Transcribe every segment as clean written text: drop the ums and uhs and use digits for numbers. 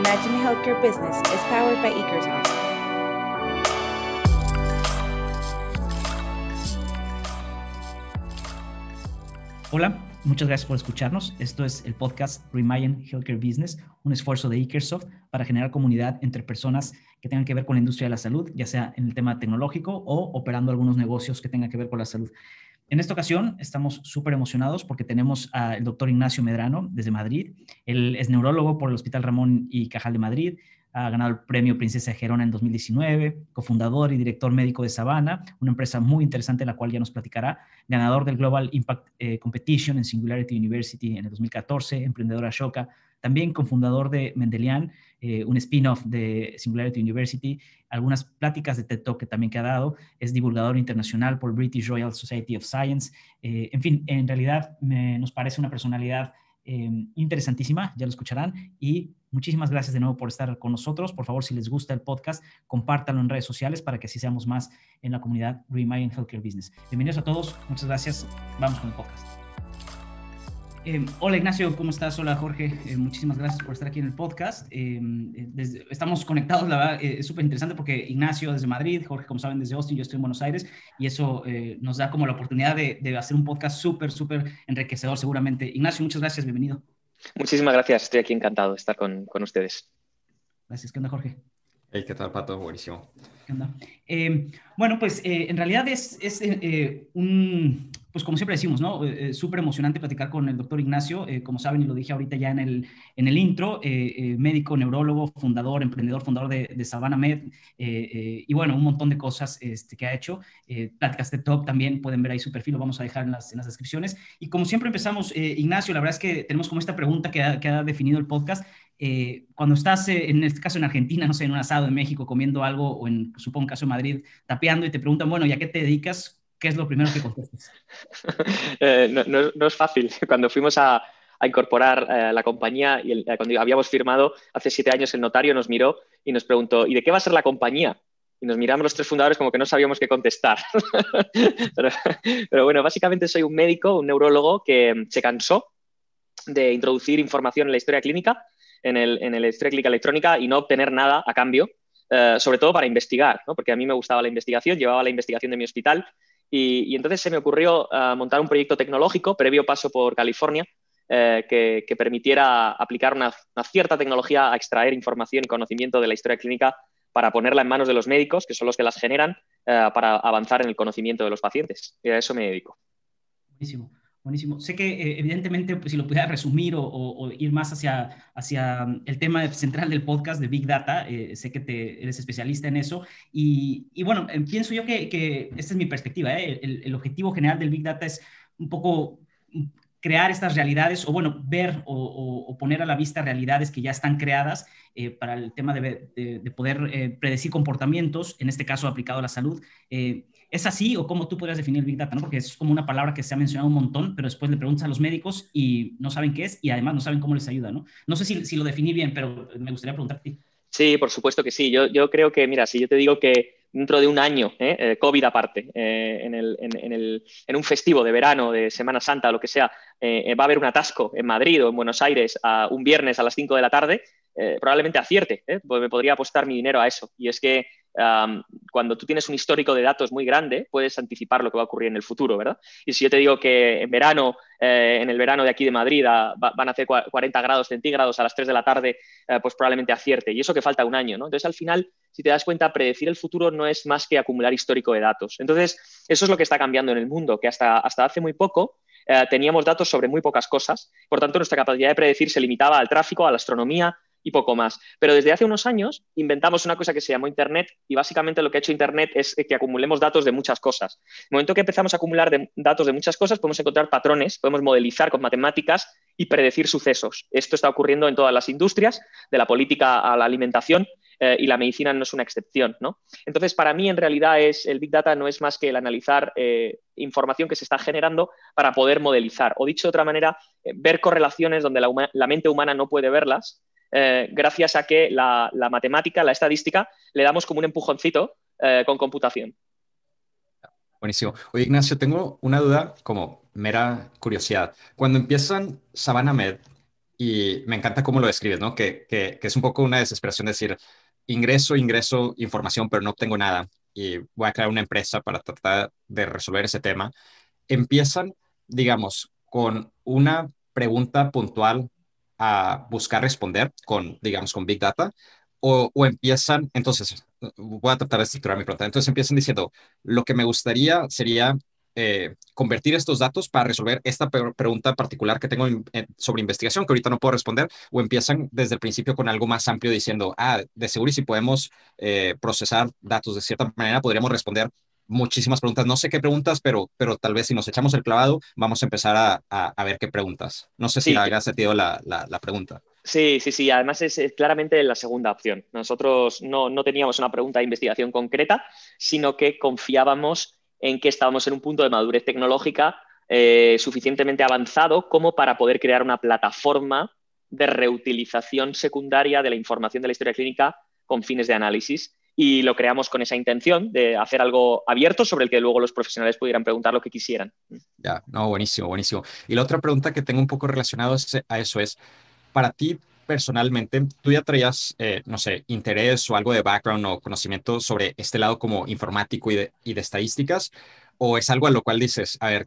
Reimagine Healthcare Business is powered by Ekersoft. Hola, muchas gracias por escucharnos. Esto es el podcast Reimagine Healthcare Business, un esfuerzo de Ekersoft para generar comunidad entre personas que tengan que ver con la industria de la salud, ya sea en el tema tecnológico o operando algunos negocios que tengan que ver con la salud. En esta ocasión estamos súper emocionados porque tenemos al doctor Ignacio Medrano desde Madrid. Él es neurólogo por el Hospital Ramón y Cajal de Madrid. Ha ganado el premio Princesa de Gerona en 2019, cofundador y director médico de Savana, una empresa muy interesante, la cual ya nos platicará, ganador del Global Impact Competition en Singularity University en el 2014, emprendedor Ashoka, también cofundador de Mendelian, un spin-off de Singularity University, algunas pláticas de TED Talk que también que ha dado, es divulgador internacional por British Royal Society of Science, en fin, en realidad nos parece una personalidad interesantísima, ya lo escucharán, y muchísimas gracias de nuevo por estar con nosotros. Por favor, si les gusta el podcast, compártanlo en redes sociales para que así seamos más en la comunidad Reimagine Healthcare Business. Bienvenidos a todos, muchas gracias, vamos con el podcast. Hola Ignacio, ¿cómo estás? Hola Jorge, muchísimas gracias por estar aquí en el podcast. Estamos conectados, la verdad, es súper interesante porque Ignacio desde Madrid, Jorge, como saben, desde Austin, yo estoy en Buenos Aires, y eso nos da como la oportunidad de hacer un podcast súper enriquecedor seguramente. Ignacio, muchas gracias, bienvenido. Muchísimas gracias, estoy aquí encantado de estar con ustedes. Gracias, ¿qué onda Jorge? Hey, ¿qué tal, Pato? Buenísimo. ¿Qué onda? Bueno, pues en realidad es pues como siempre decimos, ¿no? Súper emocionante platicar con el doctor Ignacio, como saben, y lo dije ahorita ya en el intro, médico, neurólogo, fundador, emprendedor, fundador de Savana Med, y bueno, un montón de cosas que ha hecho. Pláticas de Top también, pueden ver ahí su perfil, lo vamos a dejar en las descripciones. Y como siempre empezamos, Ignacio, la verdad es que tenemos como esta pregunta que ha definido el podcast. Cuando estás, en este caso en Argentina, no sé, en un asado en México comiendo algo, o en, supongo, en caso de Madrid, tapeando y te preguntan, bueno, ¿y a qué te dedicas? ¿Qué es lo primero que contestas? No es fácil. Cuando fuimos a incorporar la compañía, y cuando habíamos firmado hace 7 años, el notario nos miró y nos preguntó, ¿y de qué va a ser la compañía? Y nos miramos los 3 fundadores como que no sabíamos qué contestar. Pero bueno, básicamente soy un médico, un neurólogo que se cansó de introducir información en la historia clínica, en la historia clínica electrónica, y no obtener nada a cambio, sobre todo para investigar, ¿no? Porque a mí me gustaba la investigación, llevaba la investigación de mi hospital, y entonces se me ocurrió montar un proyecto tecnológico, previo paso por California, que permitiera aplicar una cierta tecnología a extraer información y conocimiento de la historia clínica para ponerla en manos de los médicos, que son los que las generan, para avanzar en el conocimiento de los pacientes. Y a eso me dedico. Buenísimo. Buenísimo. Sé que evidentemente, pues, si lo pudiera resumir o ir más hacia el tema central del podcast de Big Data, sé que eres especialista en eso, y bueno, pienso yo que esta es mi perspectiva, el objetivo general del Big Data es un poco crear estas realidades, o bueno, ver o poner a la vista realidades que ya están creadas para el tema de poder predecir comportamientos, en este caso aplicado a la salud. ¿Es así o cómo tú podrías definir Big Data, ¿no? Porque es como una palabra que se ha mencionado un montón, pero después le preguntas a los médicos y no saben qué es, y además no saben cómo les ayuda, ¿no? No sé si lo definí bien, pero me gustaría preguntarte. Sí, por supuesto que sí. Yo creo que, mira, si yo te digo que dentro de un año, COVID aparte, en un festivo de verano, de Semana Santa, o lo que sea, va a haber un atasco en Madrid o en Buenos Aires un viernes a las 5 de la tarde, probablemente acierte, pues me podría apostar mi dinero a eso. Y es que cuando tú tienes un histórico de datos muy grande, puedes anticipar lo que va a ocurrir en el futuro, ¿verdad? Y si yo te digo que en verano, en el verano de aquí de Madrid, van a hacer 40 grados centígrados a las 3 de la tarde, pues probablemente acierte. Y eso que falta un año, ¿no? Entonces, al final, si te das cuenta, predecir el futuro no es más que acumular histórico de datos. Entonces, eso es lo que está cambiando en el mundo, que hasta hace muy poco teníamos datos sobre muy pocas cosas. Por tanto, nuestra capacidad de predecir se limitaba al tráfico, a la astronomía y poco más. Pero desde hace unos años inventamos una cosa que se llamó Internet, y básicamente lo que ha hecho Internet es que acumulemos datos de muchas cosas. En el momento que empezamos a acumular datos de muchas cosas, podemos encontrar patrones, podemos modelizar con matemáticas y predecir sucesos. Esto está ocurriendo en todas las industrias, de la política a la alimentación, y la medicina no es una excepción, ¿no? Entonces, para mí, en realidad, el Big Data no es más que el analizar información que se está generando para poder modelizar. O dicho de otra manera, ver correlaciones donde la mente humana no puede verlas, gracias a que la matemática, la estadística, le damos como un empujoncito con computación. Buenísimo. Oye, Ignacio, tengo una duda como mera curiosidad. Cuando empiezan Savana Med, y me encanta cómo lo describes, ¿no? Que es un poco una desesperación de decir, ingreso información, pero no obtengo nada y voy a crear una empresa para tratar de resolver ese tema. Empiezan, digamos, con una pregunta puntual a buscar responder con, digamos, con Big Data, o empiezan, entonces, voy a tratar de estructurar mi pregunta. Entonces empiezan diciendo, lo que me gustaría sería convertir estos datos para resolver esta pregunta particular que tengo sobre investigación, que ahorita no puedo responder, o empiezan desde el principio con algo más amplio diciendo, de seguro y si podemos procesar datos de cierta manera, podríamos responder muchísimas preguntas. No sé qué preguntas, pero tal vez si nos echamos el clavado, vamos a empezar a ver qué preguntas. No sé si Sí, haga sentido la pregunta. sí, sí, sí. Además es claramente la segunda opción. Nosotros no teníamos una pregunta de investigación concreta, sino que confiábamos en que estábamos en un punto de madurez tecnológica suficientemente avanzado como para poder crear una plataforma de reutilización secundaria de la información de la historia clínica con fines de análisis. Y lo creamos con esa intención de hacer algo abierto sobre el que luego los profesionales pudieran preguntar lo que quisieran. Ya, no, buenísimo, buenísimo. Y la otra pregunta que tengo un poco relacionado a eso es, para ti personalmente, ¿tú ya traías, no sé, interés o algo de background o conocimiento sobre este lado como informático y de estadísticas? ¿O es algo a lo cual dices, a ver,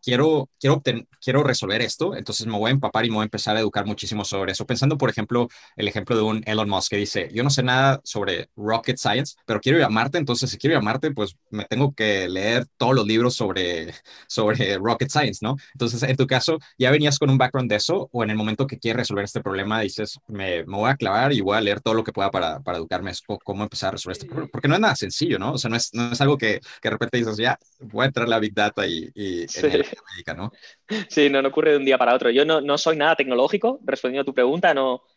quiero resolver esto, entonces me voy a empapar y me voy a empezar a educar muchísimo sobre eso? Pensando, por ejemplo, el ejemplo de un Elon Musk que dice, yo no sé nada sobre rocket science, pero quiero ir a Marte, entonces si quiero ir a Marte, pues me tengo que leer todos los libros sobre rocket science, ¿no? Entonces, en tu caso, ¿ya venías con un background de eso o en el momento que quieres resolver este problema dices, me voy a clavar y voy a leer todo lo que pueda para educarme cómo empezar a resolver este problema? Porque no es nada sencillo, ¿no? O sea, no es algo que de repente dices, ya, voy a entrar a la Big Data y en Sí. el médica, ¿no? Sí, no ocurre de un día para otro. Yo no soy nada tecnológico, respondiendo a tu pregunta,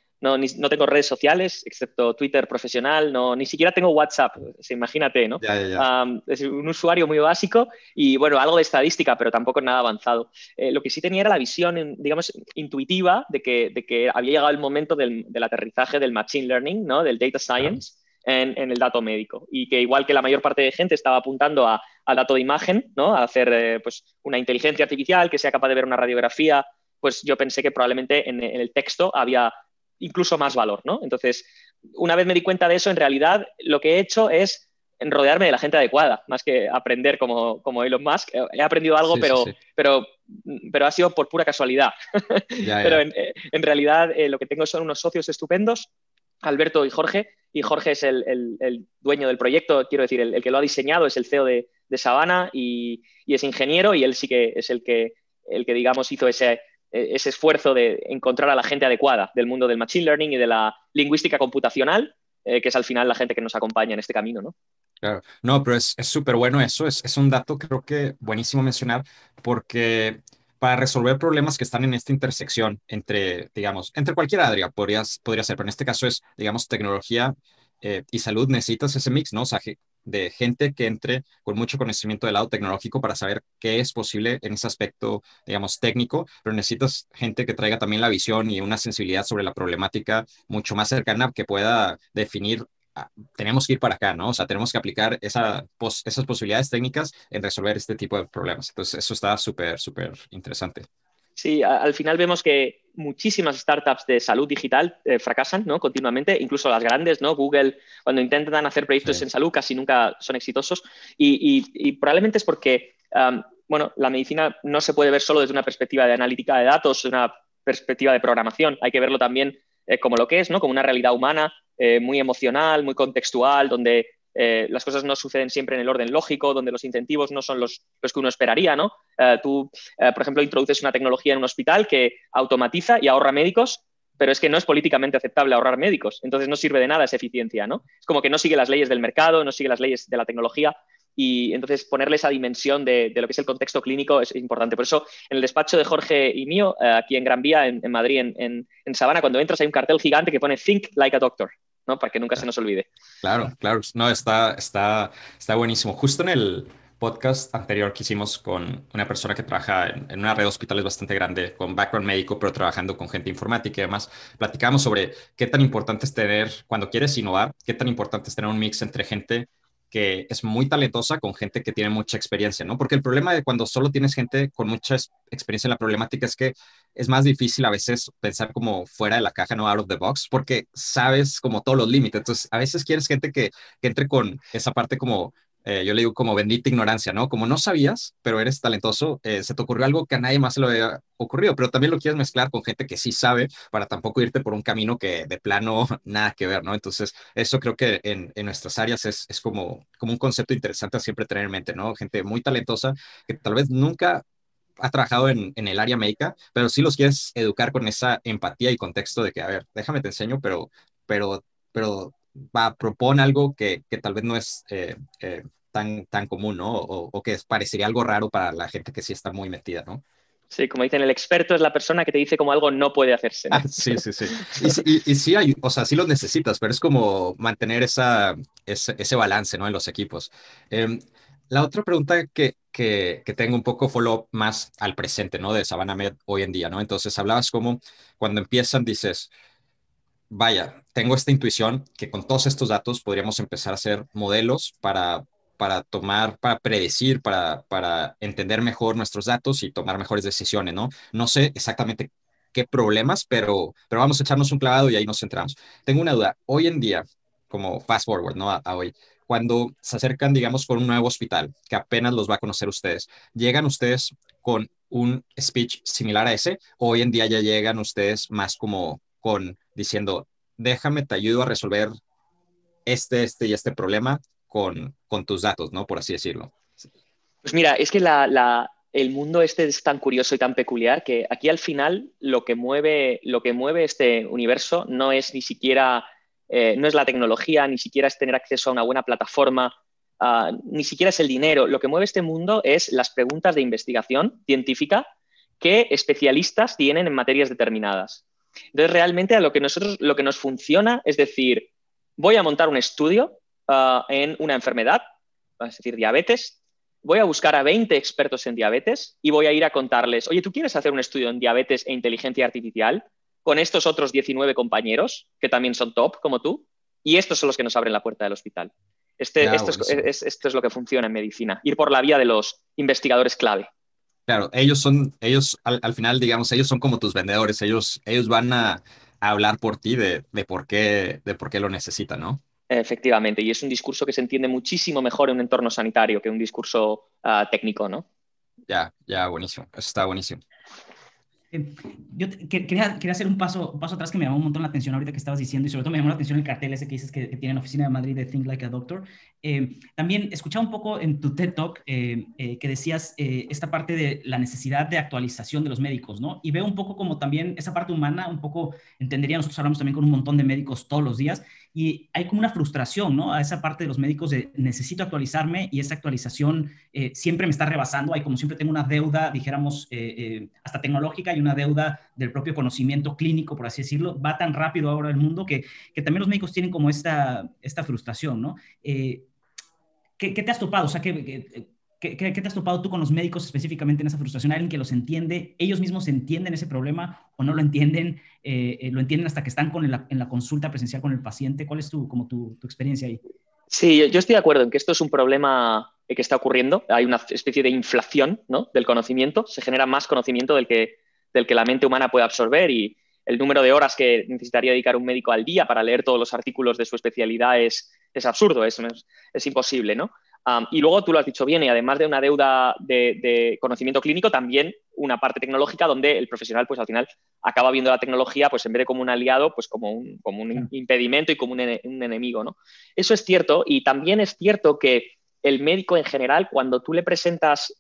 no tengo redes sociales, excepto Twitter profesional, ni siquiera tengo WhatsApp, imagínate, ¿no? Ya, ya, ya. Es un usuario muy básico y, bueno, algo de estadística, pero tampoco nada avanzado. Lo que sí tenía era la visión, digamos, intuitiva de que había llegado el momento del aterrizaje del machine learning, ¿no? Del data Claro. science en el dato médico. Y que igual que la mayor parte de gente estaba apuntando al dato de imagen, ¿no? A hacer pues, una inteligencia artificial que sea capaz de ver una radiografía, pues yo pensé que probablemente en el texto había incluso más valor, ¿no? Entonces, una vez me di cuenta de eso, en realidad lo que he hecho es rodearme de la gente adecuada, más que aprender como Elon Musk. He aprendido algo, Sí, sí, sí. pero ha sido por pura casualidad. Ya, Pero ya. en realidad lo que tengo son unos socios estupendos, Alberto y Jorge es el dueño del proyecto, quiero decir, el que lo ha diseñado, es el CEO de Savannah y es ingeniero y él sí que es el que digamos, hizo ese esfuerzo de encontrar a la gente adecuada del mundo del machine learning y de la lingüística computacional, que es al final la gente que nos acompaña en este camino, ¿no? Claro. No, pero es súper bueno eso. Es un dato creo que buenísimo mencionar porque para resolver problemas que están en esta intersección entre, digamos, entre cualquier área podría ser, pero en este caso es, digamos, tecnología y salud, necesitas ese mix, ¿no? O sea, de gente que entre con mucho conocimiento del lado tecnológico para saber qué es posible en ese aspecto, digamos, técnico, pero necesitas gente que traiga también la visión y una sensibilidad sobre la problemática mucho más cercana que pueda definir tenemos que ir para acá, ¿no? O sea, tenemos que aplicar esas posibilidades técnicas en resolver este tipo de problemas. Entonces, eso está súper, súper interesante. Sí, al final vemos que muchísimas startups de salud digital fracasan, ¿no? Continuamente, incluso las grandes, ¿no? Google, cuando intentan hacer proyectos Sí, en salud, casi nunca son exitosos. Y probablemente es porque, bueno, la medicina no se puede ver solo desde una perspectiva de analítica de datos, de una perspectiva de programación. Hay que verlo también como lo que es, ¿no? Como una realidad humana, muy emocional, muy contextual, donde las cosas no suceden siempre en el orden lógico, donde los incentivos no son los que uno esperaría, ¿no? Tú, por ejemplo, introduces una tecnología en un hospital que automatiza y ahorra médicos, pero es que no es políticamente aceptable ahorrar médicos. Entonces no sirve de nada esa eficiencia, ¿no? Es como que no sigue las leyes del mercado, no sigue las leyes de la tecnología y entonces ponerle esa dimensión de lo que es el contexto clínico es importante. Por eso, en el despacho de Jorge y mío, aquí en Gran Vía, en Madrid, en Savannah, cuando entras hay un cartel gigante que pone Think like a doctor, ¿no? Para que nunca se nos olvide. claro, claro. No, está buenísimo. Justo en el podcast anterior que hicimos con una persona que trabaja en una red de hospitales bastante grande, con background médico, pero trabajando con gente informática y demás, platicamos sobre qué tan importante es tener, cuando quieres innovar, qué tan importante es tener un mix entre gente que es muy talentosa con gente que tiene mucha experiencia, ¿no? Porque el problema de cuando solo tienes gente con mucha experiencia en la problemática es que es más difícil a veces pensar como fuera de la caja, no out of the box, porque sabes como todos los límites. Entonces, a veces quieres gente que entre con esa parte como yo le digo como bendita ignorancia, ¿no? Como no sabías, pero eres talentoso, se te ocurrió algo que a nadie más se le había ocurrido, pero también lo quieres mezclar con gente que sí sabe para tampoco irte por un camino que de plano nada que ver, ¿no? Entonces, eso creo que en nuestras áreas es como un concepto interesante a siempre tener en mente, ¿no? Gente muy talentosa que tal vez nunca ha trabajado en el área médica, pero sí los quieres educar con esa empatía y contexto de que, a ver, déjame te enseño, pero propone algo que tal vez no es tan común, ¿no? O que parecería algo raro para la gente que sí está muy metida, ¿no? Sí, como dicen, el experto es la persona que te dice cómo algo no puede hacerse, ¿no? Sí, sí, sí. Y sí hay, o sea, sí los necesitas, pero es como mantener ese balance, ¿no? En los equipos. Em, la otra pregunta que tengo un poco follow más al presente, ¿no? De Savannah Med hoy en día, ¿no? Entonces hablabas como cuando empiezan dices, vaya, tengo esta intuición que con todos estos datos podríamos empezar a hacer modelos para predecir, para entender mejor nuestros datos y tomar mejores decisiones, ¿no? No sé exactamente qué problemas, pero vamos a echarnos un clavado y ahí nos centramos. Tengo una duda. Hoy en día, como fast forward, ¿no? A hoy, cuando se acercan, digamos, con un nuevo hospital que apenas los va a conocer ustedes, ¿llegan ustedes con un speech similar a ese? ¿O hoy en día ya llegan ustedes más como con diciendo, déjame, te ayudo a resolver este y este problema con tus datos, ¿no? Por así decirlo. Pues mira, es que el mundo este es tan curioso y tan peculiar que aquí al final lo que mueve este universo no es ni siquiera, no es la tecnología, ni siquiera es tener acceso a una buena plataforma, ni siquiera es el dinero. Lo que mueve este mundo es las preguntas de investigación científica que especialistas tienen en materias determinadas. Entonces, realmente a lo que nos funciona es decir, voy a montar un estudio en una enfermedad, es decir, diabetes. Voy a buscar a 20 expertos en diabetes y voy a ir a contarles, oye, ¿tú quieres hacer un estudio en diabetes e inteligencia artificial con estos otros 19 compañeros que también son top como tú? Y estos son los que nos abren la puerta del hospital. Esto es lo que funciona en medicina, ir por la vía de los investigadores clave. Claro, ellos al final, digamos, ellos son como tus vendedores, ellos van a hablar por ti de por qué lo necesitan, ¿no? Efectivamente, y es un discurso que se entiende muchísimo mejor en un entorno sanitario que un discurso técnico, ¿no? Ya, buenísimo, eso está buenísimo. Quería hacer un paso atrás que me llamó un montón la atención ahorita que estabas diciendo y sobre todo me llamó la atención el cartel ese que dices que tiene en la oficina de Madrid de Think Like a Doctor. También escuchaba un poco en tu TED Talk que decías esta parte de la necesidad de actualización de los médicos, ¿no? Y veo un poco como también esa parte humana, un poco entendería, nosotros hablamos también con un montón de médicos todos los días y hay como una frustración, ¿no? A esa parte de los médicos de necesito actualizarme y esa actualización siempre me está rebasando. Hay como siempre tengo una deuda, dijéramos, hasta tecnológica y una deuda del propio conocimiento clínico, por así decirlo. Va tan rápido ahora el mundo que también los médicos tienen como esta frustración, ¿no? ¿Qué te has topado? O sea, ¿qué te has topado tú con los médicos específicamente en esa frustración? ¿Alguien que los entiende? ¿Ellos mismos entienden ese problema o no lo entienden? ¿Lo entienden hasta que están en la consulta presencial con el paciente? ¿Cuál es tu experiencia ahí? Sí, yo estoy de acuerdo en que esto es un problema que está ocurriendo. Hay una especie de inflación, ¿no?, del conocimiento. Se genera más conocimiento del que la mente humana puede absorber y el número de horas que necesitaría dedicar un médico al día para leer todos los artículos de su especialidad es absurdo, es imposible, ¿no? Y luego tú lo has dicho bien, y además de una deuda de conocimiento clínico, también una parte tecnológica donde el profesional, pues al final, acaba viendo la tecnología, pues en vez de como un aliado, pues como un impedimento y como un enemigo, ¿no? Eso es cierto, y también es cierto que el médico en general, cuando tú le presentas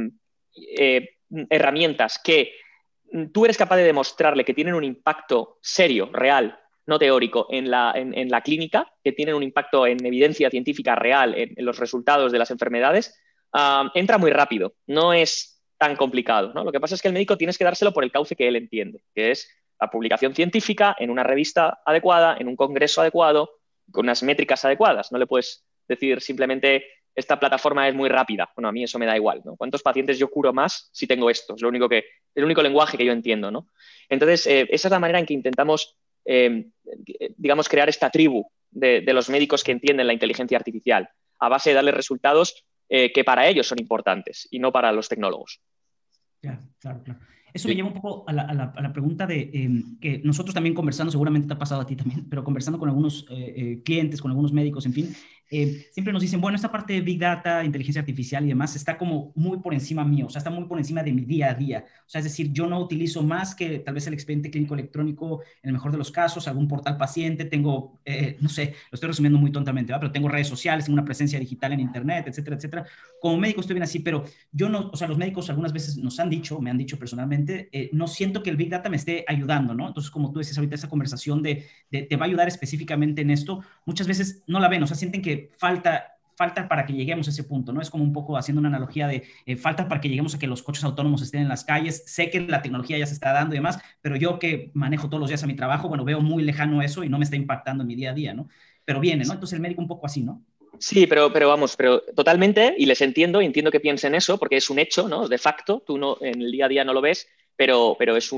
herramientas que tú eres capaz de demostrarle que tienen un impacto serio, real, no teórico, en la clínica, que tienen un impacto en evidencia científica real, en los resultados de las enfermedades, entra muy rápido. No es tan complicado, ¿no? Lo que pasa es que el médico tienes que dárselo por el cauce que él entiende, que es la publicación científica en una revista adecuada, en un congreso adecuado, con unas métricas adecuadas. No le puedes decir simplemente esta plataforma es muy rápida. Bueno, a mí eso me da igual, ¿no? ¿Cuántos pacientes yo curo más si tengo esto? Es el único lenguaje que yo entiendo, ¿no? Entonces, esa es la manera en que intentamos, digamos, crear esta tribu de los médicos que entienden la inteligencia artificial. a base de darles resultados que para ellos son importantes y no para los tecnólogos. Claro, claro, claro. Eso me lleva un poco a la pregunta de que nosotros también conversando, seguramente te ha pasado a ti también, pero conversando con algunos clientes, con algunos médicos, en fin, siempre nos dicen, bueno, esta parte de Big Data, inteligencia artificial y demás está como muy por encima mío, o sea, está muy por encima de mi día a día. O sea, es decir, yo no utilizo más que tal vez el expediente clínico electrónico en el mejor de los casos, algún portal paciente, tengo, no sé, lo estoy resumiendo muy tontamente, ¿verdad? Pero tengo redes sociales, tengo una presencia digital en internet, etcétera, etcétera. Como médico estoy bien así, pero yo no, o sea, los médicos algunas veces nos han dicho, me han dicho personalmente, no siento que el Big Data me esté ayudando, ¿no? Entonces, como tú decías ahorita, esa conversación de te va a ayudar específicamente en esto, muchas veces no la ven, o sea, sienten que falta para que lleguemos a ese punto, ¿no? Es como un poco haciendo una analogía de falta para que lleguemos a que los coches autónomos estén en las calles. Sé que la tecnología ya se está dando y demás, pero yo que manejo todos los días a mi trabajo, bueno, veo muy lejano eso y no me está impactando en mi día a día, ¿no? Pero viene, ¿no? Entonces el médico un poco así, ¿no? Sí, pero vamos, pero totalmente, y les entiendo que piensen eso, porque es un hecho, ¿no? De facto, tú no, en el día a día no lo ves, pero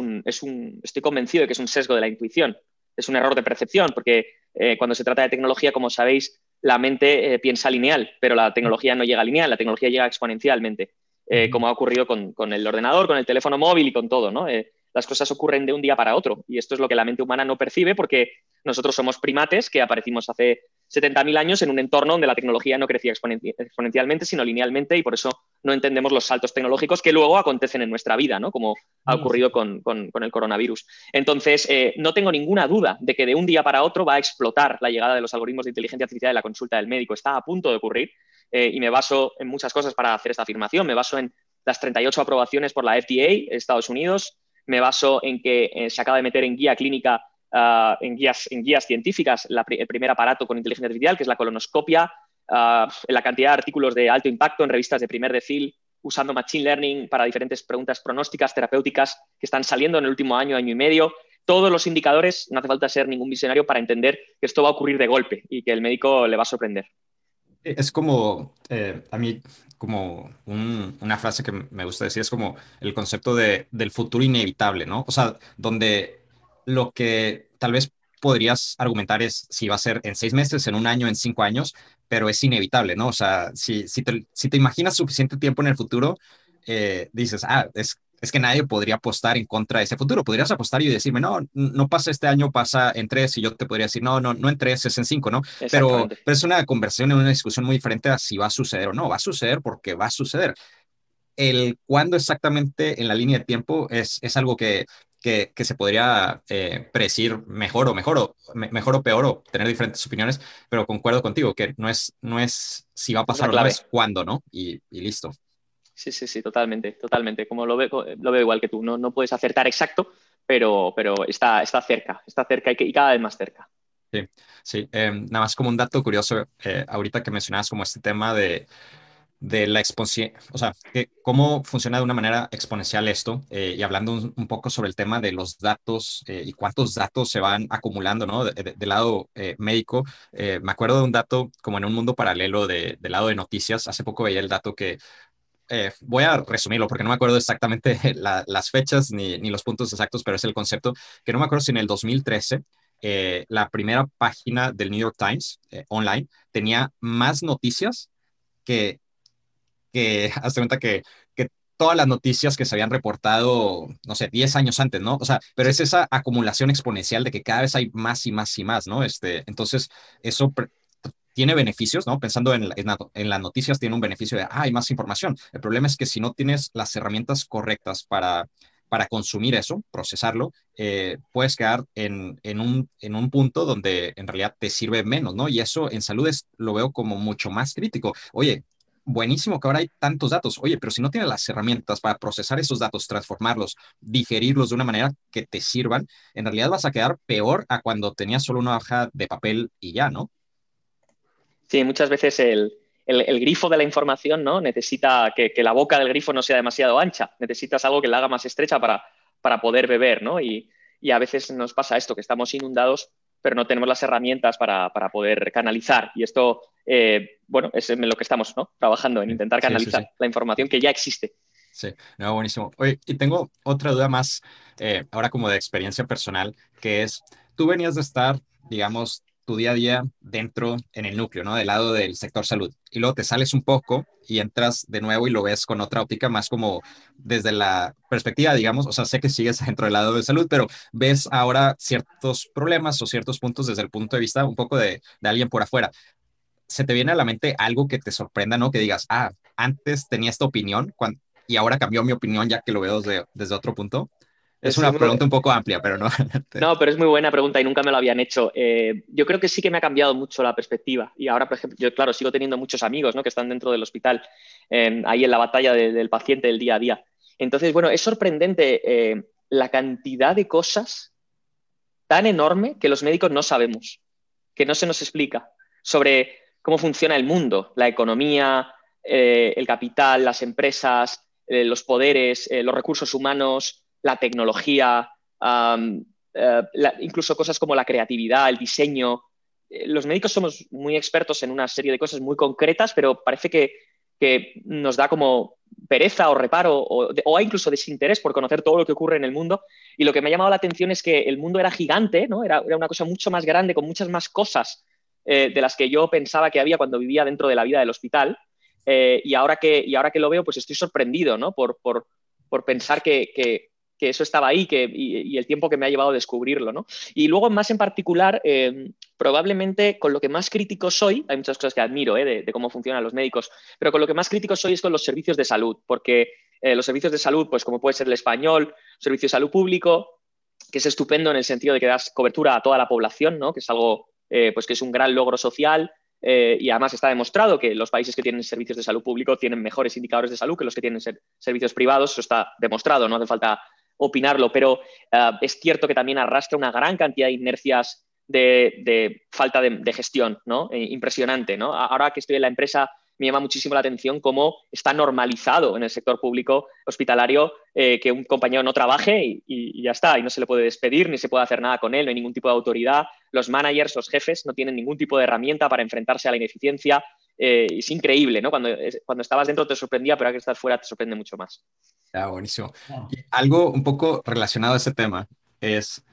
estoy convencido de que es un sesgo de la intuición, es un error de percepción, porque cuando se trata de tecnología, como sabéis, la mente piensa lineal, pero la tecnología no llega lineal, la tecnología llega exponencialmente, como ha ocurrido con el ordenador, con el teléfono móvil y con todo, ¿no? Las cosas ocurren de un día para otro, y esto es lo que la mente humana no percibe, porque nosotros somos primates que aparecimos hace 70.000 años en un entorno donde la tecnología no crecía exponencialmente, sino linealmente, y por eso no entendemos los saltos tecnológicos que luego acontecen en nuestra vida, ¿no? Como ha ocurrido con el coronavirus. Entonces, no tengo ninguna duda de que de un día para otro va a explotar la llegada de los algoritmos de inteligencia artificial en la consulta del médico. Está a punto de ocurrir, y me baso en muchas cosas para hacer esta afirmación. Me baso en las 38 aprobaciones por la FDA de Estados Unidos, me baso en que se acaba de meter en guía clínica, en guías científicas, el primer aparato con inteligencia artificial, que es la colonoscopia, en la cantidad de artículos de alto impacto en revistas de primer decil, usando Machine Learning para diferentes preguntas pronósticas, terapéuticas, que están saliendo en el último año y medio. Todos los indicadores, no hace falta ser ningún visionario para entender que esto va a ocurrir de golpe y que el médico le va a sorprender. Es como, a mí, como una frase que me gusta decir, es como el concepto del futuro inevitable, ¿no? O sea, donde lo que tal vez podrías argumentar es si va a ser en 6 meses, en un año, en 5 años, pero es inevitable, ¿no? O sea, si te imaginas suficiente tiempo en el futuro, dices, es que nadie podría apostar en contra de ese futuro. Podrías apostar y decirme, no, no pasa este año, pasa en 3, y yo te podría decir, no, no, no en 3, es en 5, ¿no? Pero es una conversación, una discusión muy diferente a si va a suceder o no. Va a suceder porque va a suceder. El cuándo exactamente en la línea de tiempo es algo que se podría predecir mejor o peor, o tener diferentes opiniones, pero concuerdo contigo que no es si va a pasar o no, es cuándo, ¿no? Y listo. Sí, totalmente. Como lo veo igual que tú. No puedes acertar exacto, pero está cerca y cada vez más cerca. Sí. Nada más como un dato curioso, ahorita que mencionabas como este tema de la exponencial, o sea, cómo funciona de una manera exponencial esto, y hablando un poco sobre el tema de los datos, y cuántos datos se van acumulando, ¿no? Del lado médico, me acuerdo de un dato como en un mundo paralelo del lado de noticias. Hace poco veía el dato que voy a resumirlo porque no me acuerdo exactamente las fechas ni los puntos exactos, pero es el concepto, que no me acuerdo si en el 2013 la primera página del New York Times online tenía más noticias que hazte cuenta que todas las noticias que se habían reportado, no sé, 10 años antes, ¿no? O sea, pero es esa acumulación exponencial de que cada vez hay más y más y más, ¿no? Entonces, eso tiene beneficios, ¿no? Pensando en las noticias, tiene un beneficio de, hay más información. El problema es que si no tienes las herramientas correctas para consumir eso, procesarlo, puedes quedar en un punto donde en realidad te sirve menos, ¿no? Y eso en salud lo veo como mucho más crítico. Oye, buenísimo que ahora hay tantos datos. Oye, pero si no tienes las herramientas para procesar esos datos, transformarlos, digerirlos de una manera que te sirvan, en realidad vas a quedar peor a cuando tenías solo una hoja de papel y ya, ¿no? Sí, muchas veces el grifo de la información, ¿no? Necesita que la boca del grifo no sea demasiado ancha. Necesitas algo que la haga más estrecha para poder beber, ¿no? Y a veces nos pasa esto, que estamos inundados, pero no tenemos las herramientas para poder canalizar. Y esto, bueno, es en lo que estamos, ¿no? Trabajando, en intentar canalizar la información que ya existe. Sí, no, buenísimo. Oye, y tengo otra duda más, ahora como de experiencia personal, que es, tú venías de estar, digamos, tu día a día dentro, en el núcleo, ¿no? Del lado del sector salud. Y luego te sales un poco y entras de nuevo y lo ves con otra óptica, más como desde la perspectiva, digamos, o sea, sé que sigues dentro del lado de salud, pero ves ahora ciertos problemas o ciertos puntos desde el punto de vista un poco de alguien por afuera. ¿Se te viene a la mente algo que te sorprenda, ¿no? Que digas, ah, antes tenía esta opinión y ahora cambió mi opinión ya que lo veo desde otro punto? Es Es una muy, pregunta un poco amplia, pero no. No, pero es muy buena pregunta y nunca me lo habían hecho. Yo creo que sí que me ha cambiado mucho la perspectiva. Y ahora, por ejemplo, yo, claro, sigo teniendo muchos amigos, ¿no? Que están dentro del hospital, ahí en la batalla del paciente del día a día. Entonces, bueno, es sorprendente la cantidad de cosas tan enorme que los médicos no sabemos, que no se nos explica, sobre cómo funciona el mundo, la economía, el capital, las empresas, los poderes, los recursos humanos, la tecnología, incluso cosas como la creatividad, el diseño. Los médicos somos muy expertos en una serie de cosas muy concretas, pero parece que nos da como pereza o reparo o incluso desinterés por conocer todo lo que ocurre en el mundo. Y lo que me ha llamado la atención es que el mundo era gigante, ¿no? Era una cosa mucho más grande, con muchas más cosas de las que yo pensaba que había cuando vivía dentro de la vida del hospital. Y ahora que lo veo, pues estoy sorprendido, ¿no? Por pensar que eso estaba ahí y el tiempo que me ha llevado a descubrirlo, ¿no? Y luego, más en particular, probablemente con lo que más crítico soy, hay muchas cosas que admiro de cómo funcionan los médicos, pero con lo que más crítico soy es con los servicios de salud, porque los servicios de salud, pues como puede ser el español, servicio de salud público, que es estupendo en el sentido de que das cobertura a toda la población, ¿no? Que es algo pues que es un gran logro social. Y además está demostrado que los países que tienen servicios de salud público tienen mejores indicadores de salud que los que tienen servicios privados. Eso está demostrado, no hace falta opinarlo, pero es cierto que también arrastra una gran cantidad de inercias de falta de gestión, ¿no? Impresionante, ¿no? Ahora que estoy en la empresa me llama muchísimo la atención cómo está normalizado en el sector público hospitalario que un compañero no trabaje y ya está, y no se le puede despedir ni se puede hacer nada con él, no hay ningún tipo de autoridad. Los managers, los jefes, no tienen ningún tipo de herramienta para enfrentarse a la ineficiencia. Es increíble, ¿no? Cuando estabas dentro te sorprendía, pero ahora que estás fuera te sorprende mucho más. Ah, buenísimo. Wow. Y algo un poco relacionado a ese tema es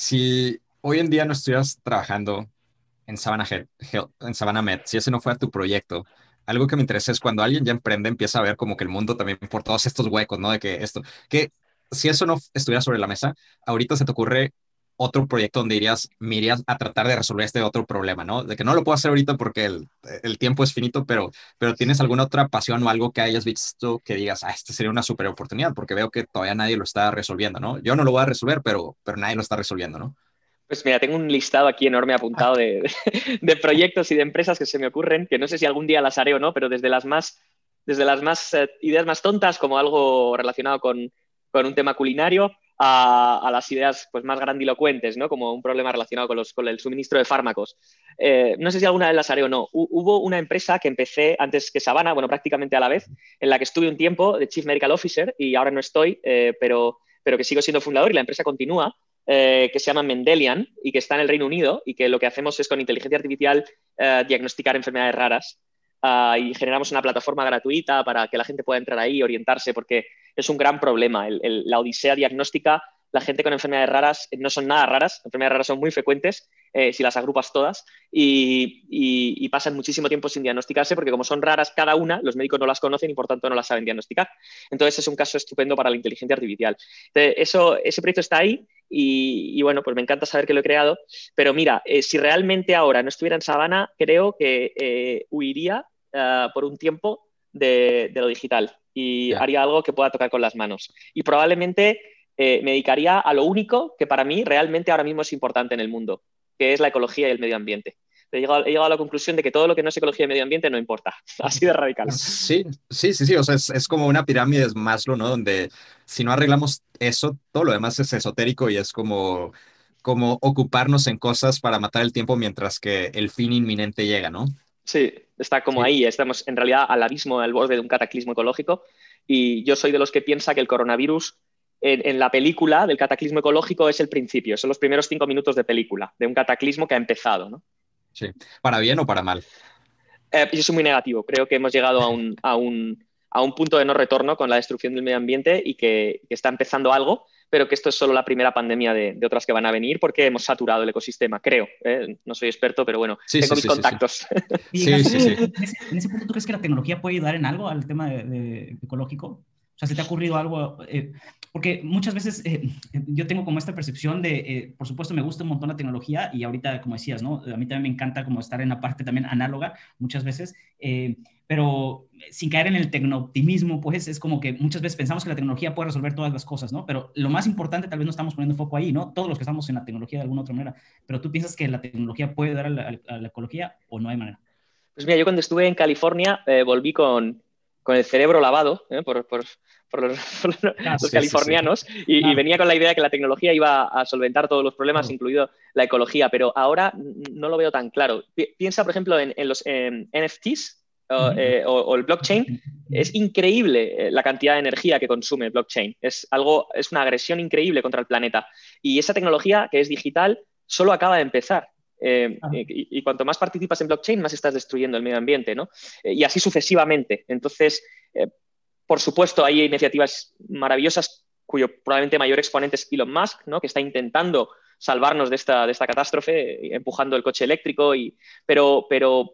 si hoy en día no estuvieras trabajando en en Savannah Med, si ese no fuera tu proyecto, algo que me interesa es cuando alguien ya emprende, empieza a ver como que el mundo también por todos estos huecos, ¿no? De que esto, que si eso no estuviera sobre la mesa, ahorita se te ocurre otro proyecto donde me irías a tratar de resolver este otro problema, ¿no? De que no lo puedo hacer ahorita porque el tiempo es finito, pero ¿tienes alguna otra pasión o algo que hayas visto que digas, ah, esta sería una super oportunidad? Porque veo que todavía nadie lo está resolviendo, ¿no? Yo no lo voy a resolver, pero nadie lo está resolviendo, ¿no? Pues mira, tengo un listado aquí enorme apuntado de proyectos y de empresas que se me ocurren, que no sé si algún día las haré o no, pero desde las más ideas más tontas, como algo relacionado con un tema culinario, a las ideas pues, más grandilocuentes, ¿no? Como un problema relacionado con el suministro de fármacos. No sé si alguna vez las haré o no. Hubo una empresa que empecé antes que Savannah, bueno, prácticamente a la vez, en la que estuve un tiempo de Chief Medical Officer y ahora no estoy, pero que sigo siendo fundador y la empresa continúa. Que se llama Mendelian y que está en el Reino Unido y que lo que hacemos es con inteligencia artificial diagnosticar enfermedades raras y generamos una plataforma gratuita para que la gente pueda entrar ahí y orientarse porque es un gran problema. La odisea diagnóstica, la gente con enfermedades raras no son nada raras, enfermedades raras son muy frecuentes si las agrupas todas y pasan muchísimo tiempo sin diagnosticarse porque como son raras cada una, los médicos no las conocen y por tanto no las saben diagnosticar. Entonces es un caso estupendo para la inteligencia artificial. Entonces, ese proyecto está ahí y bueno, pues me encanta saber que lo he creado. Pero mira, si realmente ahora no estuviera en Savannah, creo que huiría por un tiempo de lo digital y Ya. haría algo que pueda tocar con las manos. Y probablemente me dedicaría a lo único que para mí realmente ahora mismo es importante en el mundo, que es la ecología y el medio ambiente. He llegado a la conclusión de que todo lo que no es ecología y medio ambiente no importa. Así de radical. Sí, sí, sí, sí, o sea, es como una pirámide de Maslow, ¿no? Donde si no arreglamos eso, todo lo demás es esotérico y es como ocuparnos en cosas para matar el tiempo mientras que el fin inminente llega, ¿no? Sí, está como Sí, ahí. Estamos en realidad al abismo, al borde de un cataclismo ecológico. Y yo soy de los que piensa que el coronavirus en la película del cataclismo ecológico es el principio. Son los primeros 5 minutos de película de un cataclismo que ha empezado, ¿no? sí. ¿Para bien o para mal? Yo soy muy negativo. Creo que hemos llegado a a un punto de no retorno con la destrucción del medio ambiente y que está empezando algo, pero que esto es solo la primera pandemia de otras que van a venir porque hemos saturado el ecosistema, creo. No soy experto, pero bueno, tengo mis contactos. Sí. En ese punto, ¿tú crees que la tecnología puede ayudar en algo al tema de ecológico? O sea, ¿se te ha ocurrido algo? Porque muchas veces yo tengo como esta percepción de, por supuesto, me gusta un montón la tecnología y ahorita, como decías, ¿no? A mí también me encanta como estar en la parte también análoga muchas veces, pero sin caer en el tecnooptimismo, pues es como que muchas veces pensamos que la tecnología puede resolver todas las cosas, ¿no? Pero lo más importante tal vez no estamos poniendo foco ahí, ¿no? Todos los que estamos en la tecnología de alguna otra manera, pero ¿tú piensas que la tecnología puede dar a la ecología o no hay manera? Pues mira, yo cuando estuve en California volví con el cerebro lavado por los californianos y venía con la idea de que la tecnología iba a solventar todos los problemas, incluido la ecología, pero ahora no lo veo tan claro. Piensa, por ejemplo, en los NFTs o el blockchain. Es increíble la cantidad de energía que consume el blockchain. Es una agresión increíble contra el planeta. Y esa tecnología, que es digital, solo acaba de empezar. Y cuanto más participas en blockchain, más estás destruyendo el medio ambiente, ¿no? Y así sucesivamente. Entonces, por supuesto, hay iniciativas maravillosas cuyo probablemente mayor exponente es Elon Musk, ¿no? Que está intentando salvarnos de esta catástrofe, empujando el coche eléctrico. Pero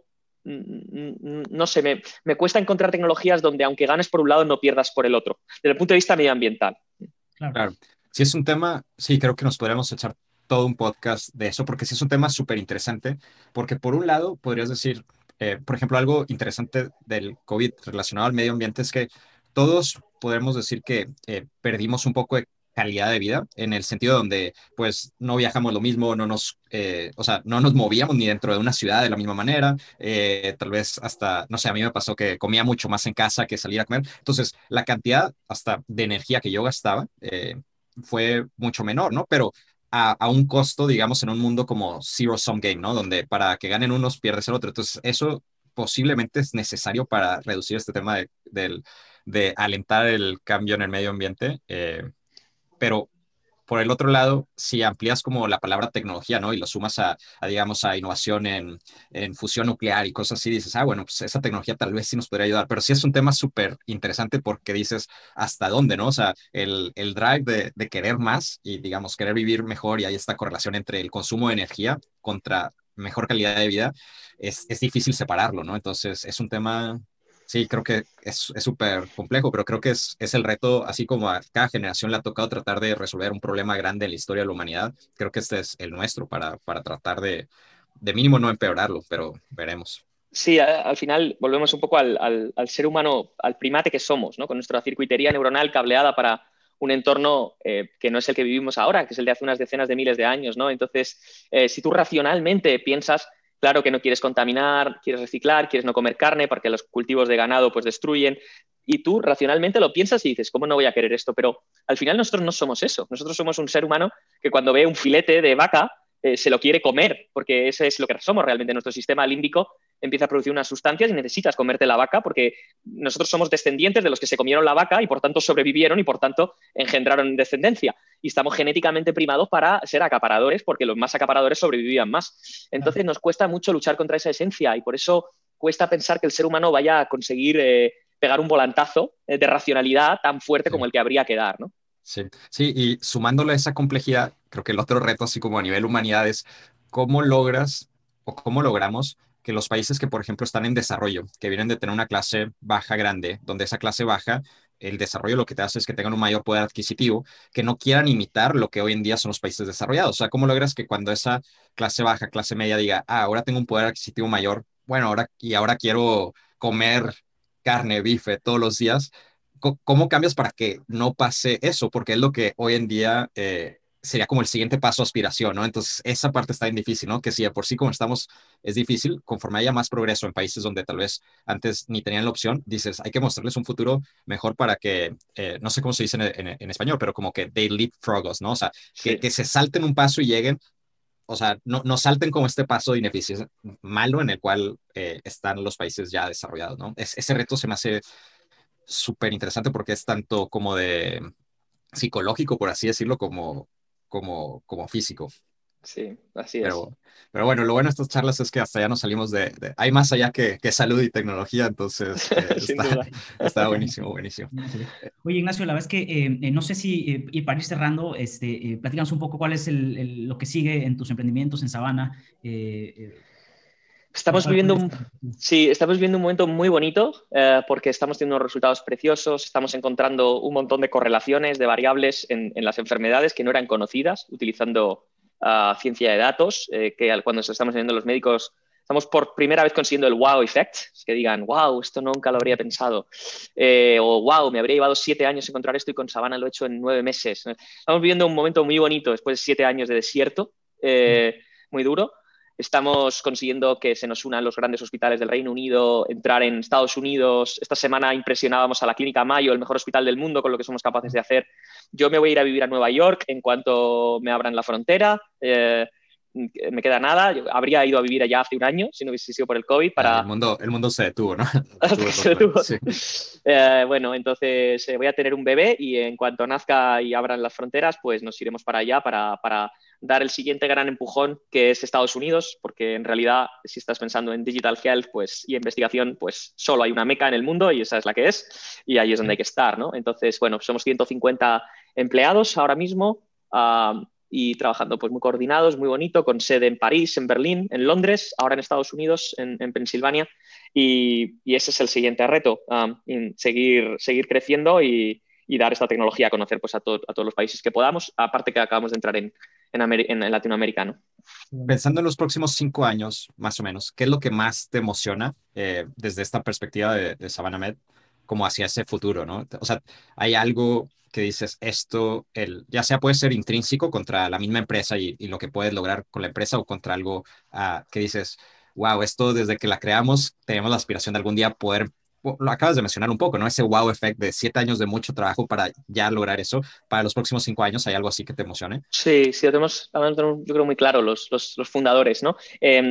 no sé, me cuesta encontrar tecnologías donde aunque ganes por un lado, no pierdas por el otro, desde el punto de vista medioambiental. Claro. Si es un tema, sí, creo que nos podríamos echar todo un podcast de eso, porque sí es un tema súper interesante, porque por un lado podrías decir, por ejemplo, algo interesante del COVID relacionado al medio ambiente es que todos podemos decir que perdimos un poco de calidad de vida en el sentido donde pues no viajamos lo mismo, o sea, no nos movíamos ni dentro de una ciudad de la misma manera, tal vez hasta, no sé, a mí me pasó que comía mucho más en casa que salir a comer, entonces la cantidad hasta de energía que yo gastaba fue mucho menor, ¿no? Pero a un costo, digamos, en un mundo como Zero Sum Game, ¿no? Donde para que ganen unos pierdes el otro. Entonces, eso posiblemente es necesario para reducir este tema de alentar el cambio en el medio ambiente. Pero por el otro lado, si amplías como la palabra tecnología, ¿no? Y lo sumas digamos, a innovación en fusión nuclear y cosas así, dices, bueno, pues esa tecnología tal vez sí nos podría ayudar. Pero sí es un tema súper interesante porque dices, ¿hasta dónde, no? O sea, el drive de querer más y, digamos, querer vivir mejor y hay esta correlación entre el consumo de energía contra mejor calidad de vida, es difícil separarlo, ¿no? Entonces, es un tema. Sí, creo que es súper complejo, pero creo que es el reto, así como a cada generación le ha tocado tratar de resolver un problema grande en la historia de la humanidad, creo que este es el nuestro para tratar de mínimo no empeorarlo, pero veremos. Sí, al final volvemos un poco al ser humano, al primate que somos, ¿no? Con nuestra circuitería neuronal cableada para un entorno que no es el que vivimos ahora, que es el de hace unas decenas de miles de años, ¿no? Entonces, si tú racionalmente piensas, claro que no quieres contaminar, quieres reciclar, quieres no comer carne porque los cultivos de ganado pues destruyen, y tú racionalmente lo piensas y dices, ¿cómo no voy a querer esto? Pero al final nosotros no somos eso. Nosotros somos un ser humano que cuando ve un filete de vaca se lo quiere comer, porque ese es lo que somos realmente. Nuestro sistema límbico empieza a producir unas sustancias y necesitas comerte la vaca porque nosotros somos descendientes de los que se comieron la vaca y por tanto sobrevivieron y por tanto engendraron descendencia. Y estamos genéticamente primados para ser acaparadores porque los más acaparadores sobrevivían más. Entonces nos cuesta mucho luchar contra esa esencia y por eso cuesta pensar que el ser humano vaya a conseguir pegar un volantazo de racionalidad tan fuerte como el que habría que dar, ¿no? Sí, sí, y sumándole a esa complejidad, creo que el otro reto, así como a nivel humanidad, es cómo logras o cómo logramos que los países que, por ejemplo, están en desarrollo, que vienen de tener una clase baja grande, donde esa clase baja, el desarrollo lo que te hace es que tengan un mayor poder adquisitivo, que no quieran imitar lo que hoy en día son los países desarrollados. O sea, ¿cómo logras que cuando esa clase baja, clase media diga, ahora tengo un poder adquisitivo mayor, bueno, ahora quiero comer carne, bife todos los días? ¿Cómo cambias para que no pase eso? Porque es lo que hoy en día sería como el siguiente paso aspiración, ¿no? Entonces, esa parte está bien difícil, ¿no? Que si de por sí como estamos es difícil, conforme haya más progreso en países donde tal vez antes ni tenían la opción, dices, hay que mostrarles un futuro mejor para que, no sé cómo se dice en español, pero como que they leapfrog us, ¿no? O sea, Sí. que se salten un paso y lleguen, o sea, no salten como este paso de ineficiencia malo en el cual están los países ya desarrollados, ¿no? Ese reto se me hace súper interesante porque es tanto como de psicológico, por así decirlo, como físico. Sí, así es. Pero bueno, lo bueno de estas charlas es que hasta ya nos salimos hay más allá que salud y tecnología, entonces Sin duda. está buenísimo, buenísimo. No sé. Oye, Ignacio, la verdad es que no sé si, y para ir cerrando, platícanos un poco cuál es lo que sigue en tus emprendimientos en Sabana. Estamos ¿Cuál viviendo es? sí, estamos viviendo un momento muy bonito porque estamos teniendo unos resultados preciosos, estamos encontrando un montón de correlaciones, de variables en las enfermedades que no eran conocidas, utilizando ciencia de datos, cuando estamos viendo los médicos, estamos por primera vez consiguiendo el wow effect, es que digan, wow, esto nunca lo habría pensado, o wow, me habría llevado 7 años encontrar esto y con Sabana lo he hecho en 9 meses. Estamos viviendo un momento muy bonito después de 7 años de desierto, muy duro. Estamos consiguiendo que se nos unan los grandes hospitales del Reino Unido, entrar en Estados Unidos. Esta semana impresionábamos a la Clínica Mayo, el mejor hospital del mundo, con lo que somos capaces de hacer. Yo me voy a ir a vivir a Nueva York en cuanto me abran la frontera. Me queda nada. Yo habría ido a vivir allá hace un año, si no hubiese sido por el COVID, para... El mundo se detuvo, ¿no? Se detuvo. Sí. Bueno, entonces voy a tener un bebé y en cuanto nazca y abran las fronteras, pues nos iremos para allá para dar el siguiente gran empujón, que es Estados Unidos, porque en realidad, si estás pensando en digital health pues, y investigación, pues solo hay una meca en el mundo y esa es la que es, y ahí es donde hay que estar, ¿no? Entonces, bueno, somos 150 empleados ahora mismo y trabajando pues muy coordinados, muy bonito, con sede en París, en Berlín, en Londres, ahora en Estados Unidos, en Pensilvania, y ese es el siguiente reto, seguir creciendo y dar esta tecnología a conocer pues, a todos los países que podamos, aparte que acabamos de entrar en Latinoamérica, ¿no? Pensando en los próximos 5 años, más o menos, ¿qué es lo que más te emociona desde esta perspectiva de Savannah Med, como hacia ese futuro, ¿no? O sea, ¿hay algo que dices esto, ya sea puede ser intrínseco contra la misma empresa y lo que puedes lograr con la empresa o contra algo que dices, wow, esto desde que la creamos tenemos la aspiración de algún día poder, lo acabas de mencionar un poco, ¿no? Ese wow effect de 7 años de mucho trabajo para ya lograr eso. Para los próximos 5 años, ¿hay algo así que te emocione? Sí, sí, lo tenemos, yo creo, muy claro los fundadores, ¿no?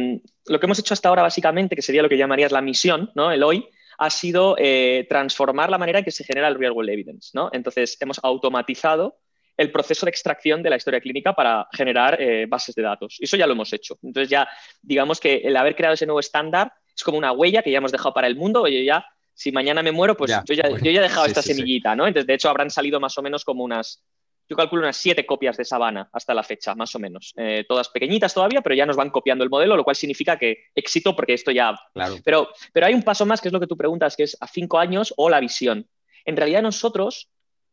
Lo que hemos hecho hasta ahora, básicamente, que sería lo que llamarías la misión, ¿no? El hoy, ha sido transformar la manera en que se genera el real world evidence, ¿no? Entonces, hemos automatizado el proceso de extracción de la historia clínica para generar bases de datos. Y eso ya lo hemos hecho. Entonces, ya digamos que el haber creado ese nuevo estándar es como una huella que ya hemos dejado para el mundo. Oye, ya, si mañana me muero, pues yo ya he dejado esta semillita, ¿no? Entonces, de hecho, habrán salido más o menos como yo calculo unas 7 copias de Savannah hasta la fecha, más o menos. Todas pequeñitas todavía, pero ya nos van copiando el modelo, lo cual significa que éxito, porque esto ya... Claro. Pero hay un paso más, que es lo que tú preguntas, que es a 5 años o la visión. En realidad nosotros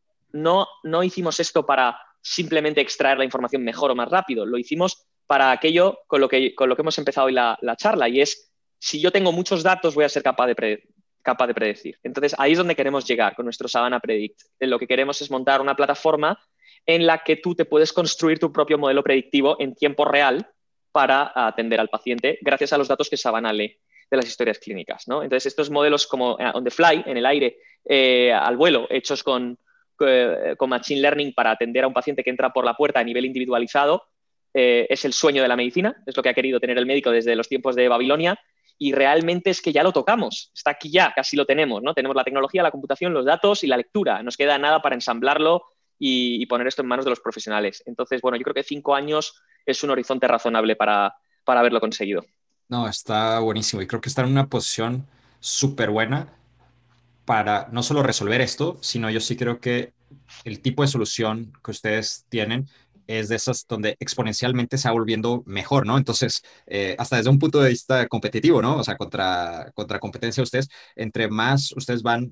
no hicimos esto para simplemente extraer la información mejor o más rápido, lo hicimos para aquello con lo que hemos empezado hoy la charla, y es, si yo tengo muchos datos, voy a ser capaz de predecir. Entonces, ahí es donde queremos llegar con nuestro Savannah Predict. Lo que queremos es montar una plataforma en la que tú te puedes construir tu propio modelo predictivo en tiempo real para atender al paciente gracias a los datos que Savannah lee de las historias clínicas, ¿no? Entonces, estos modelos como on the fly, en el aire, al vuelo, hechos con Machine Learning para atender a un paciente que entra por la puerta a nivel individualizado, es el sueño de la medicina, es lo que ha querido tener el médico desde los tiempos de Babilonia, y realmente es que ya lo tocamos, está aquí ya, casi lo tenemos, ¿no? Tenemos la tecnología, la computación, los datos y la lectura, nos queda nada para ensamblarlo y poner esto en manos de los profesionales. Entonces, bueno, yo creo que 5 años es un horizonte razonable para haberlo conseguido. No, está buenísimo y creo que está en una posición súper buena para no solo resolver esto, sino yo sí creo que el tipo de solución que ustedes tienen es de esas donde exponencialmente se va volviendo mejor, ¿no? Entonces, hasta desde un punto de vista competitivo, ¿no? O sea, contra competencia ustedes, entre más ustedes van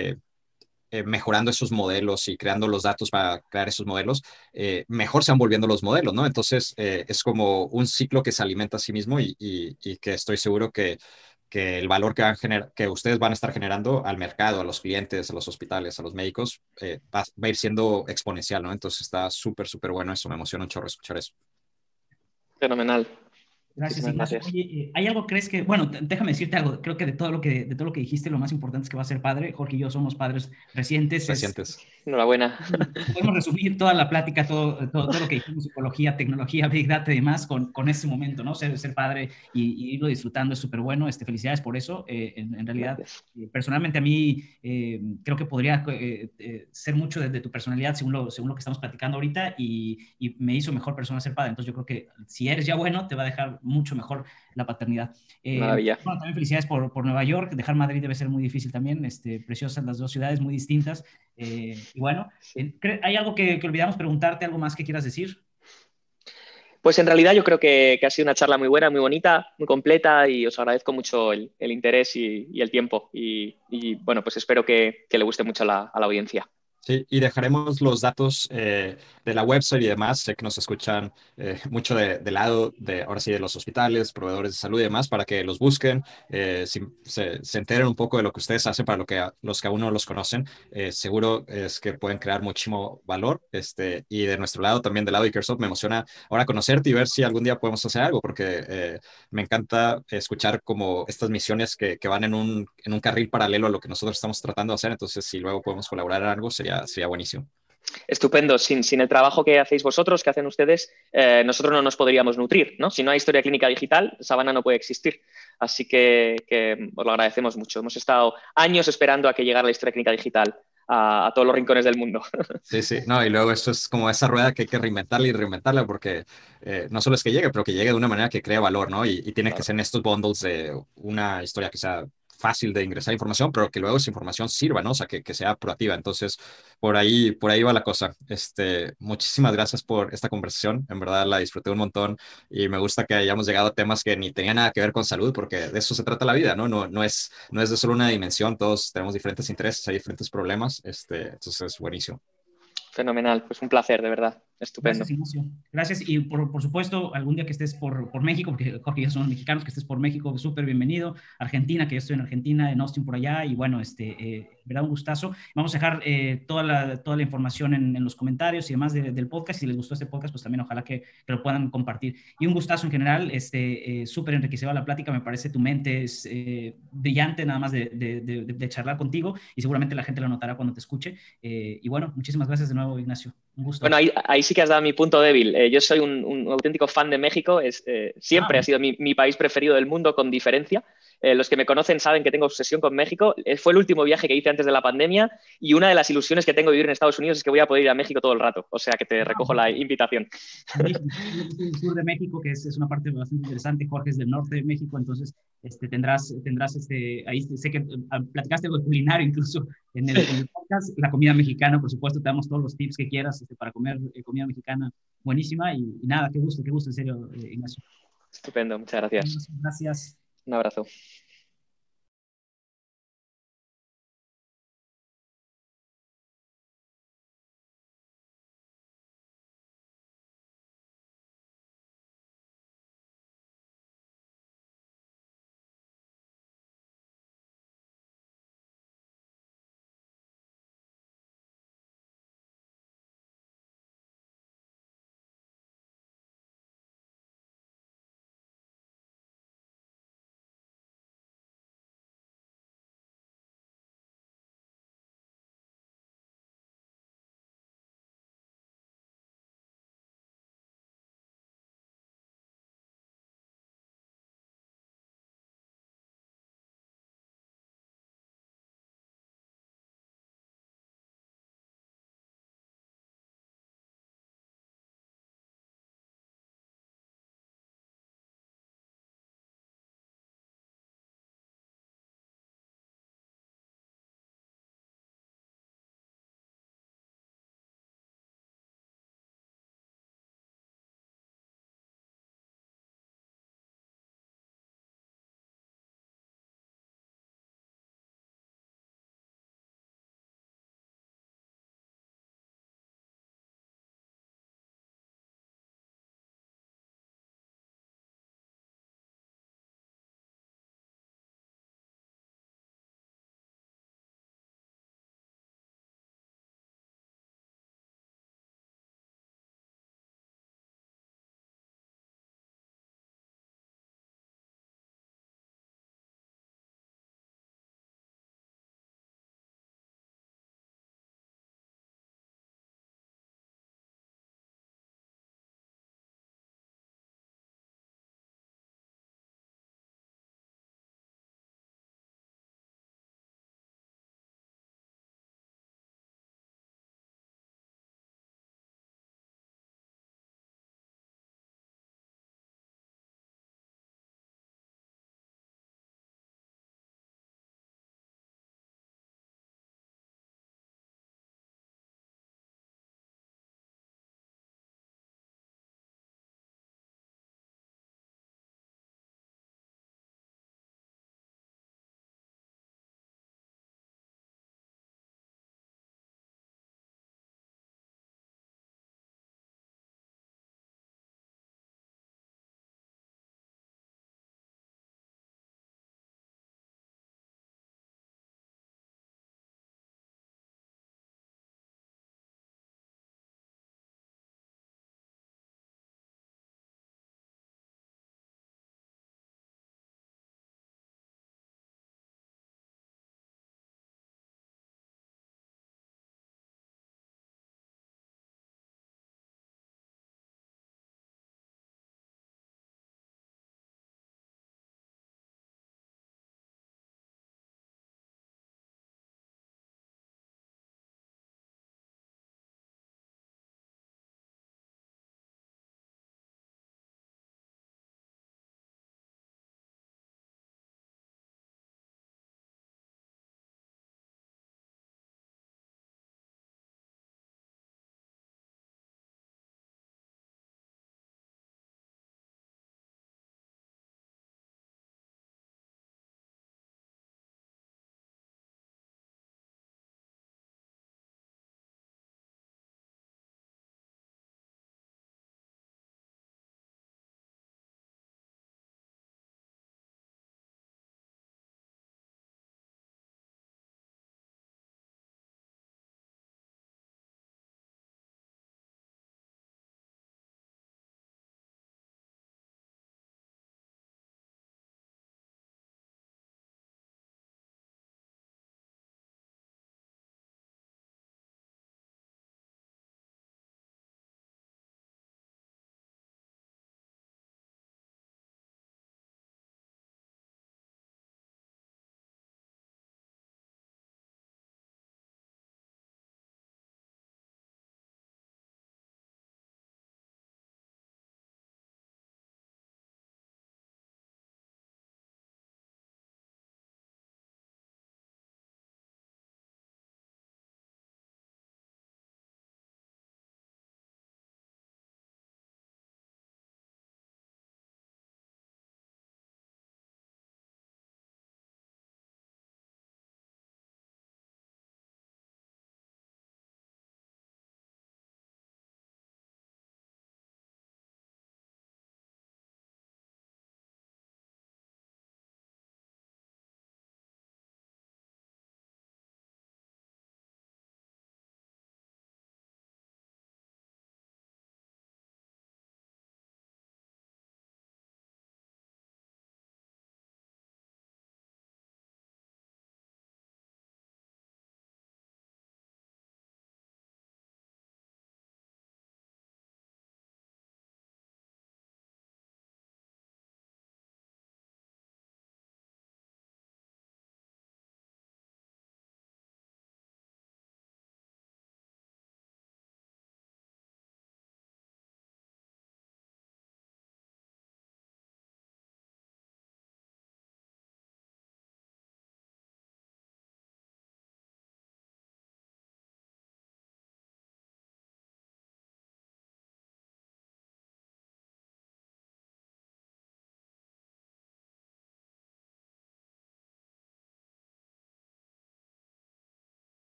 mejorando esos modelos y creando los datos para crear esos modelos, mejor se van volviendo los modelos, ¿no? Entonces, es como un ciclo que se alimenta a sí mismo y que estoy seguro que el valor que ustedes van a estar generando al mercado, a los clientes, a los hospitales, a los médicos, va a ir siendo exponencial, ¿no? Entonces está súper, súper bueno eso, me emociona un chorro escuchar eso. Fenomenal. Gracias, Muchísimas Ignacio. gracias. Oye, ¿hay algo crees que, bueno, déjame decirte algo, creo que de todo lo que dijiste, lo más importante es que va a ser padre. Jorge y yo somos padres recientes. Recientes. Enhorabuena. Podemos resumir toda la plática, todo lo que dijimos, psicología, tecnología, Big Data y demás, con ese momento, ¿no? Ser padre y irlo disfrutando es súper bueno. Felicidades por eso. En realidad, personalmente a mí creo que podría ser mucho de tu personalidad según lo que estamos platicando ahorita y me hizo mejor persona ser padre. Entonces yo creo que si eres ya bueno, te va a dejar mucho mejor la paternidad. Maravilla. Bueno, también felicidades por Nueva York. Dejar Madrid debe ser muy difícil también. Preciosas las dos ciudades, muy distintas. Y bueno, ¿hay algo que olvidamos preguntarte, algo más que quieras decir? Pues en realidad yo creo que ha sido una charla muy buena, muy bonita, muy completa y os agradezco mucho el interés y el tiempo. Y bueno, pues espero que le guste mucho a la audiencia. Sí, y dejaremos los datos de la website y demás. Sé que nos escuchan mucho de lado de, ahora sí, de los hospitales, proveedores de salud y demás, para que los busquen, se enteren un poco de lo que ustedes hacen para los que aún no los conocen. Seguro es que pueden crear muchísimo valor. Y de nuestro lado, también del lado de Ikersoft, me emociona ahora conocerte y ver si algún día podemos hacer algo, porque me encanta escuchar como estas misiones que van en un carril paralelo a lo que nosotros estamos tratando de hacer. Entonces, si luego podemos colaborar en algo, sería buenísimo. Estupendo. Sin el trabajo que hacéis vosotros, que hacen ustedes, nosotros no nos podríamos nutrir, ¿no? Si no hay historia clínica digital, Savannah no puede existir. Así que os lo agradecemos mucho. Hemos estado años esperando a que llegara la historia clínica digital a todos los rincones del mundo. Sí, sí, no, y luego esto es como esa rueda que hay que reinventarla y reinventarla porque no solo es que llegue, pero que llegue de una manera que cree valor, ¿no? Y tiene que ser en estos bundles de una historia que sea fácil de ingresar información, pero que luego esa información sirva, ¿no? O sea, que sea proactiva. Entonces, por ahí va la cosa. Muchísimas gracias por esta conversación. En verdad la disfruté un montón y me gusta que hayamos llegado a temas que ni tenían nada que ver con salud, porque de eso se trata la vida, ¿no? No es de solo una dimensión. Todos tenemos diferentes intereses, hay diferentes problemas. Entonces es buenísimo. Fenomenal. Pues un placer, de verdad. Estupendo. Gracias, Ignacio. Gracias. Y por supuesto, algún día que estés por México, porque Jorge y yo somos mexicanos, que estés por México, súper bienvenido. Argentina, que yo estoy en Argentina, en Austin por allá. Y bueno, verdad, un gustazo. Vamos a dejar toda la información en los comentarios y demás del podcast. Si les gustó este podcast, pues también ojalá que lo puedan compartir. Y un gustazo en general, súper enriquecedora la plática. Me parece tu mente es brillante nada más de charlar contigo y seguramente la gente lo notará cuando te escuche. Y bueno, muchísimas gracias de nuevo, Ignacio. Un gusto. Bueno, ahí sí que has dado mi punto débil. Yo soy un auténtico fan de México. Siempre ha sido mi país preferido del mundo, con diferencia. Los que me conocen saben que tengo obsesión con México. Fue el último viaje que hice antes de la pandemia y una de las ilusiones que tengo de vivir en Estados Unidos es que voy a poder ir a México todo el rato. O sea que te recojo la invitación. El sur de México, que es una parte bastante interesante. Jorge es del norte de México, entonces tendrás ahí sé que platicaste algo culinario incluso en el podcast. La comida mexicana, por supuesto, te damos todos los tips que quieras para comer comida mexicana buenísima y nada, qué gusto, en serio, Ignacio. Estupendo, muchas gracias. Gracias. Un abrazo.